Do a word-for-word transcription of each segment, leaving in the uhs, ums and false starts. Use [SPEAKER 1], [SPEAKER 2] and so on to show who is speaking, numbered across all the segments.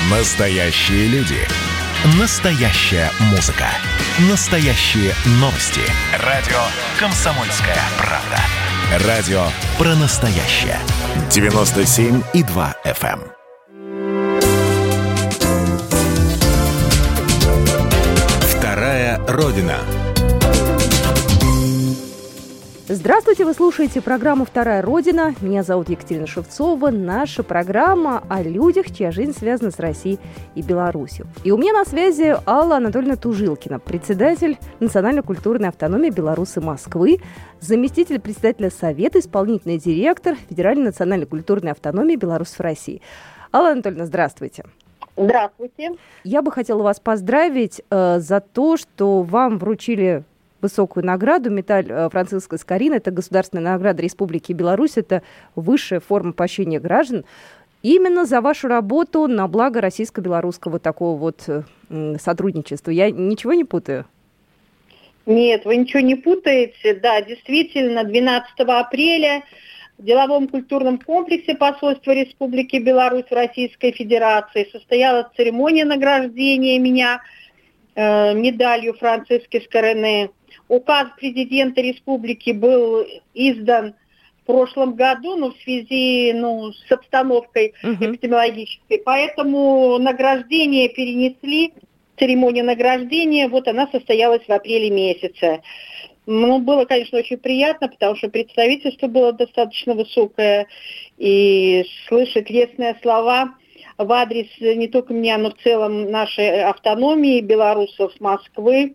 [SPEAKER 1] Настоящие люди. Настоящая музыка. Настоящие новости. Радио «Комсомольская правда». Радио про настоящее. девяносто семь и два эф эм. Вторая Родина.
[SPEAKER 2] Здравствуйте, вы слушаете программу «Вторая Родина». Меня зовут Екатерина Шевцова. Наша программа о людях, чья жизнь связана с Россией и Беларусью. И у меня на связи Алла Анатольевна Тужилкина, председатель Национальной культурной автономии Беларуси Москвы, заместитель председателя Совета, исполнительный директор Федеральной национальной культурной автономии Беларусь в России. Алла Анатольевна, здравствуйте.
[SPEAKER 3] Здравствуйте.
[SPEAKER 2] Я бы хотела вас поздравить э, за то, что вам вручили высокую награду, медаль Франциска Скорина. Это государственная награда Республики Беларусь. Это высшая форма поощрения граждан. Именно за вашу работу на благо российско-белорусского такого вот сотрудничества. Я ничего не путаю?
[SPEAKER 3] Нет, вы ничего не путаете. Да, действительно, двенадцатого апреля в деловом культурном комплексе посольства Республики Беларусь в Российской Федерации состоялась церемония награждения меня э, медалью Франциски Скорины. Указ президента республики был издан в прошлом году, но в связи ну, с обстановкой uh-huh. эпидемиологической. Поэтому награждение перенесли, церемония награждения, вот она состоялась в апреле месяце. Ну, было, конечно, очень приятно, потому что представительство было достаточно высокое, и слышать лестные слова в адрес не только меня, но в целом нашей автономии, белорусов Москвы,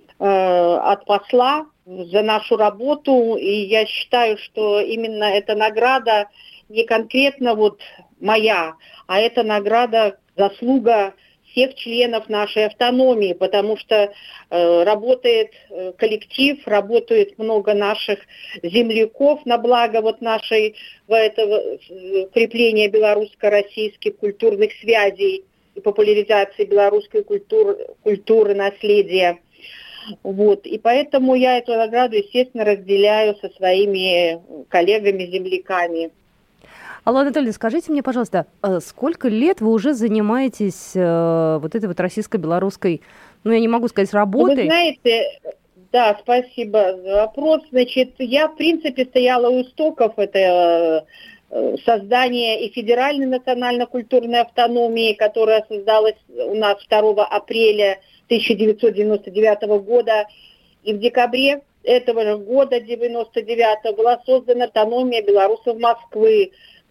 [SPEAKER 3] от посла за нашу работу, и я считаю, что именно эта награда не конкретно вот моя, а это награда, заслуга всех членов нашей автономии, потому что э, работает э, коллектив, работает много наших земляков на благо вот нашей этого, э, укрепления белорусско-российских культурных связей и популяризации белорусской культуры, культуры, наследия. Вот. И поэтому я эту награду, естественно, разделяю со своими коллегами-земляками.
[SPEAKER 2] Алла Анатольевна, скажите мне, пожалуйста, сколько лет вы уже занимаетесь э, вот этой вот российско-белорусской, ну, я не могу сказать, работой?
[SPEAKER 3] Вы знаете, да, спасибо за вопрос. Значит, я, в принципе, стояла у истоков этого создания и Федеральной национально-культурной автономии, которая создалась у нас второго апреля тысяча девятьсот девяносто девятого года, и в декабре этого же года, девяносто девятого, была создана автономия белорусов Москвы.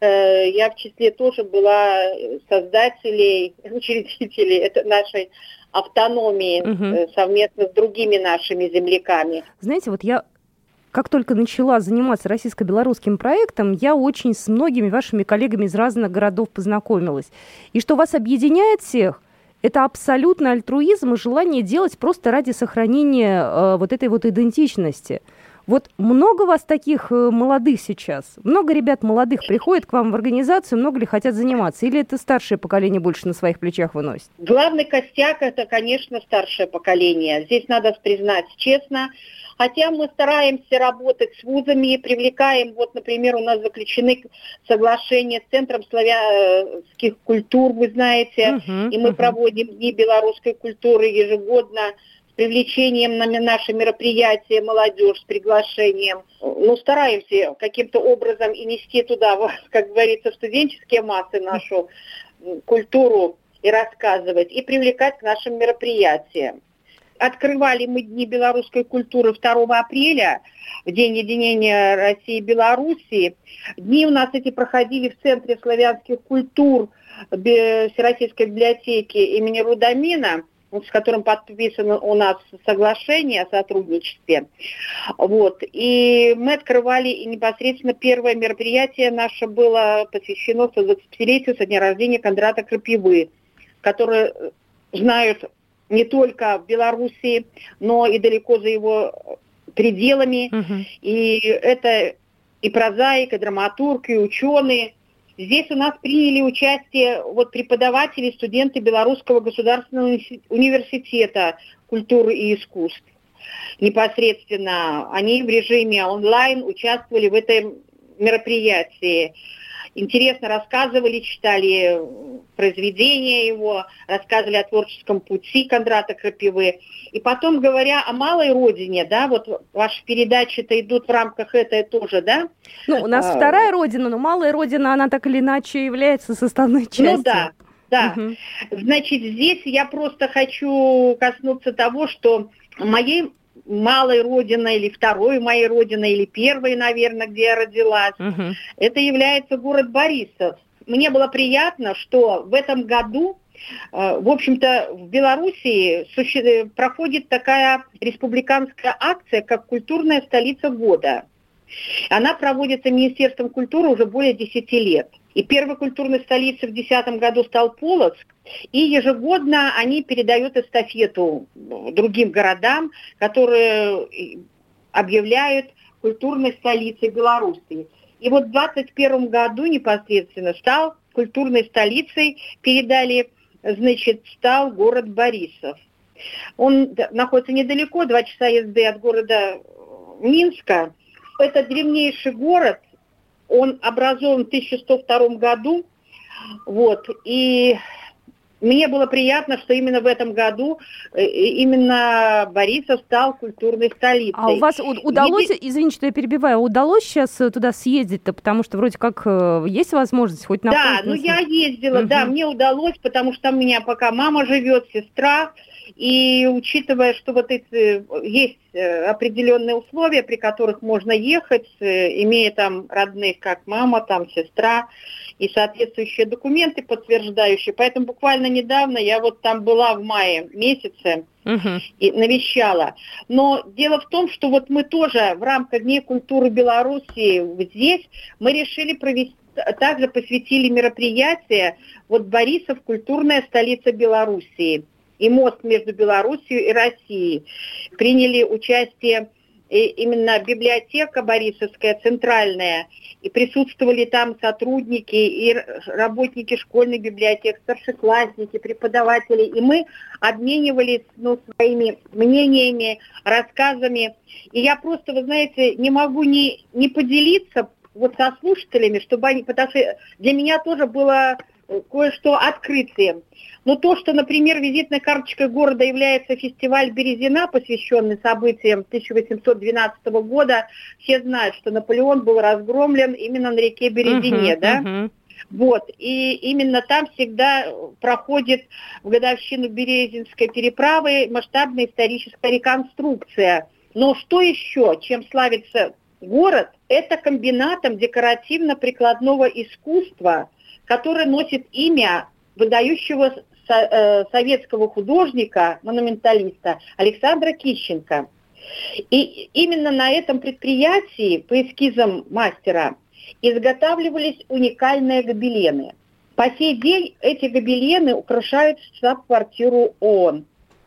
[SPEAKER 3] Я в числе тоже была создателей, учредителей этой нашей автономии угу. совместно с другими нашими земляками.
[SPEAKER 2] Знаете, вот я как только начала заниматься российско-белорусским проектом, я очень с многими вашими коллегами из разных городов познакомилась. И что вас объединяет всех, это абсолютный альтруизм и желание делать просто ради сохранения э, вот этой вот идентичности. Вот много вас таких э, молодых сейчас? Много ребят молодых приходят к вам в организацию, много ли хотят заниматься? Или это старшее поколение больше на своих плечах выносит?
[SPEAKER 3] Главный костяк – это, конечно, старшее поколение. Здесь надо признать честно. Хотя мы стараемся работать с вузами, привлекаем, вот, например, у нас заключены соглашения с Центром славянских культур, вы знаете, uh-huh, и мы uh-huh. проводим Дни белорусской культуры ежегодно с привлечением на наши мероприятия молодежь, с приглашением. Ну, стараемся каким-то образом и нести туда, как говорится, в студенческие массы нашу культуру и рассказывать, и привлекать к нашим мероприятиям. Открывали мы Дни белорусской культуры второго апреля, в День единения России и Белоруссии. Дни у нас эти проходили в Центре славянских культур Всероссийской библиотеки имени Рудамина, с которым подписано у нас соглашение о сотрудничестве. Вот. И мы открывали, и непосредственно первое мероприятие наше было посвящено сто двадцатипятилетию со дня рождения Кондрата Крапивы, которые знают не только в Беларуси, но и далеко за его пределами. Uh-huh. И это и прозаик, и драматург, и ученые. Здесь у нас приняли участие вот преподаватели, студенты Белорусского государственного университета культуры и искусств. Непосредственно они в режиме онлайн участвовали в этом мероприятии. интересно рассказывали, читали произведения его, рассказывали о творческом пути Кондрата Крапивы. И потом, говоря о малой родине, да, вот ваши передачи-то идут в рамках этой тоже, да?
[SPEAKER 2] Ну, у нас а, вторая родина, но малая родина, она так или иначе является составной частью.
[SPEAKER 3] Ну да, да. Угу. Значит, здесь я просто хочу коснуться того, что моей малой родиной, или второй моей родиной, или первой, наверное, где я родилась, угу. это является город Борисов. Мне было приятно, что в этом году, в общем-то, в Белоруссии проходит такая республиканская акция, как «Культурная столица года». Она проводится Министерством культуры уже более десяти лет. И первой культурной столицей в две тысячи десятом году стал Полоцк. И ежегодно они передают эстафету другим городам, которые объявляют культурной столицей Беларуси. И вот в двадцать первом году непосредственно стал культурной столицей, передали, значит, стал город Борисов. Он находится недалеко, два часа езды от города Минска. Это древнейший город, он образован в тысяча сто втором году, вот, и мне было приятно, что именно в этом году именно Борисов стал культурной столицей.
[SPEAKER 2] А у вас удалось, и... извините, что я перебиваю, удалось сейчас туда съездить-то, потому что вроде как есть возможность хоть на
[SPEAKER 3] Да, ну я ездила, угу. да, мне удалось, потому что у меня пока мама живет, сестра, и учитывая, что вот эти есть определенные условия, при которых можно ехать, имея там родных, как мама, там сестра, и соответствующие документы подтверждающие. Поэтому буквально недавно я вот там была в мае месяце uh-huh. и навещала. Но дело в том, что вот мы тоже в рамках Дней культуры Беларуси здесь мы решили провести, также посвятили мероприятие вот Борисов, культурная столица Белоруссии. И мост между Белоруссией и Россией. Приняли участие именно библиотека Борисовская, центральная, и присутствовали там сотрудники и работники школьных библиотек, старшеклассники, преподаватели. И мы обменивались ну, своими мнениями, рассказами. И я просто, вы знаете, не могу не, не поделиться вот со слушателями, чтобы они, потому что для меня тоже было кое-что открытием. Но то, что, например, визитной карточкой города является фестиваль «Березина», посвященный событиям тысяча восемьсот двенадцатого года, все знают, что Наполеон был разгромлен именно на реке Березине, uh-huh, да? Uh-huh. Вот, и именно там всегда проходит в годовщину Березинской переправы масштабная историческая реконструкция. Но что еще, чем славится город, это комбинатом декоративно-прикладного искусства, который носит имя выдающего советского художника, монументалиста Александра Кищенко. И именно на этом предприятии по эскизам мастера изготавливались уникальные гобелены. По сей день эти гобелены украшают штаб-квартиру ООН.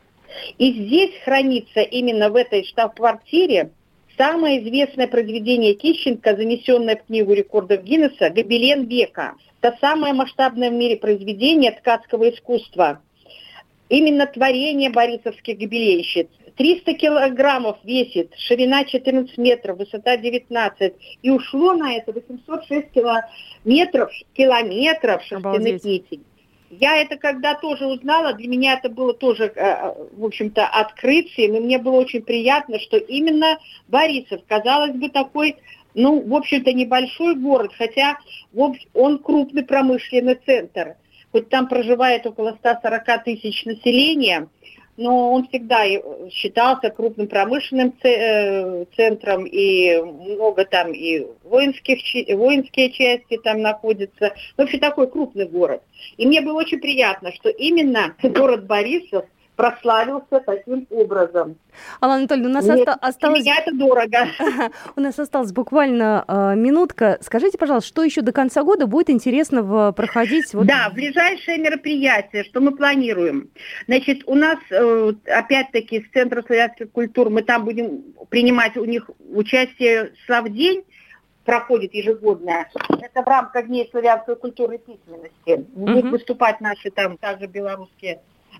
[SPEAKER 3] И здесь хранится именно в этой штаб-квартире самое известное произведение Кищенко, занесенное в Книгу рекордов Гиннесса, «Гобелен века». Это самое масштабное в мире произведение ткацкого искусства. Именно творение борисовских гобеленщиц. триста килограммов весит, ширина четырнадцать метров, высота девятнадцать. И ушло на это восемьсот шесть километров, километров шерстяных нитей. Я это когда тоже узнала, для меня это было тоже, в общем-то, открытием. И мне было очень приятно, что именно Борисов, казалось бы, такой... Ну, в общем-то, небольшой город, хотя он крупный промышленный центр. Хоть там проживает около ста сорока тысяч населения, но он всегда считался крупным промышленным центром, и много там и воинских, воинские части там находятся. В общем, такой крупный город. И мне было очень приятно, что именно город Борисов прославился таким образом.
[SPEAKER 2] Алла Анатольевна, у нас Нет, оста- осталось...
[SPEAKER 3] Для меня это дорого.
[SPEAKER 2] У нас осталась буквально э, минутка. Скажите, пожалуйста, что еще до конца года будет интересного проходить? Вот...
[SPEAKER 3] Да, ближайшее мероприятие, что мы планируем. Значит, у нас, э, опять-таки, с Центра славянских культур, мы там будем принимать у них участие «Славдень», проходит ежегодно. Это в рамках Дней славянской культуры и письменности. Будут uh-huh. выступать наши там также белорусские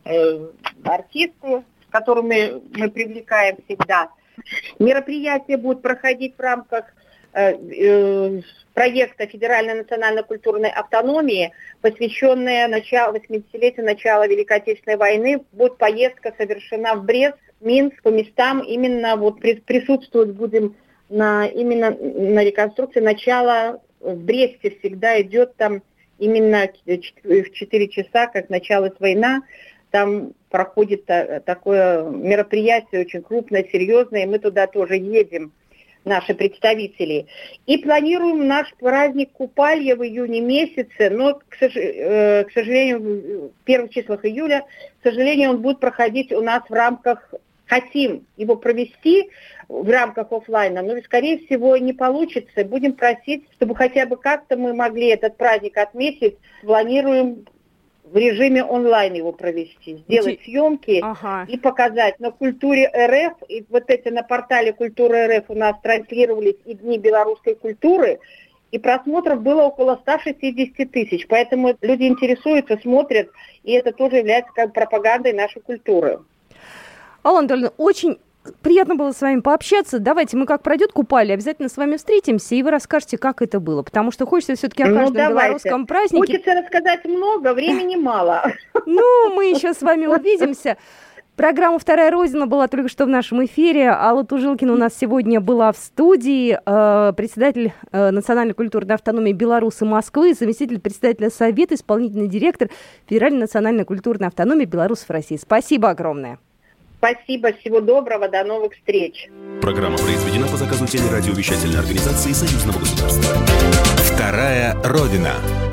[SPEAKER 3] артисты, которыми мы привлекаем всегда. Мероприятия будут проходить в рамках проекта Федеральной национально-культурной автономии, посвященная началу восьмидесятилетию начала Великой Отечественной войны. Будет поездка совершена в Брест, Минск, по местам. Именно вот присутствовать будем на, именно на реконструкции начала. В Бресте всегда идет там именно в четыре часа, как началась война. Там проходит такое мероприятие очень крупное, серьезное, и мы туда тоже едем, наши представители. И планируем наш праздник Купалья в июне месяце, но, к сожалению, в первых числах июля, к сожалению, он будет проходить у нас в рамках, хотим его провести в рамках офлайна, но, скорее всего, не получится. Будем просить, чтобы хотя бы как-то мы могли этот праздник отметить. Планируем в режиме онлайн его провести, сделать съемки ага. и показать. На Культуре РФ, и вот эти на портале Культура РФ у нас транслировались и Дни белорусской культуры, и просмотров было около ста шестидесяти тысяч. Поэтому люди интересуются, смотрят, и это тоже является как пропагандой нашей культуры.
[SPEAKER 2] Алла Анатольевна, очень приятно было с вами пообщаться. Давайте мы, как пройдет Купалья, обязательно с вами встретимся, и вы расскажете, как это было. Потому что хочется все-таки о каждом ну, белорусском празднике.
[SPEAKER 3] Хочется рассказать много, времени мало.
[SPEAKER 2] Ну, мы еще с вами увидимся. Программа «Вторая Родина» была только что в нашем эфире. Алла Тужилкина у нас сегодня была в студии. Председатель Национальной культурной автономии Беларуси Москвы, заместитель председателя Совета, исполнительный директор Федеральной национальной культурной автономии белорусов России. Спасибо огромное.
[SPEAKER 3] Спасибо, всего доброго, до новых встреч.
[SPEAKER 1] Программа произведена по заказу телерадиовещательной организации Союзного государства. Вторая Родина.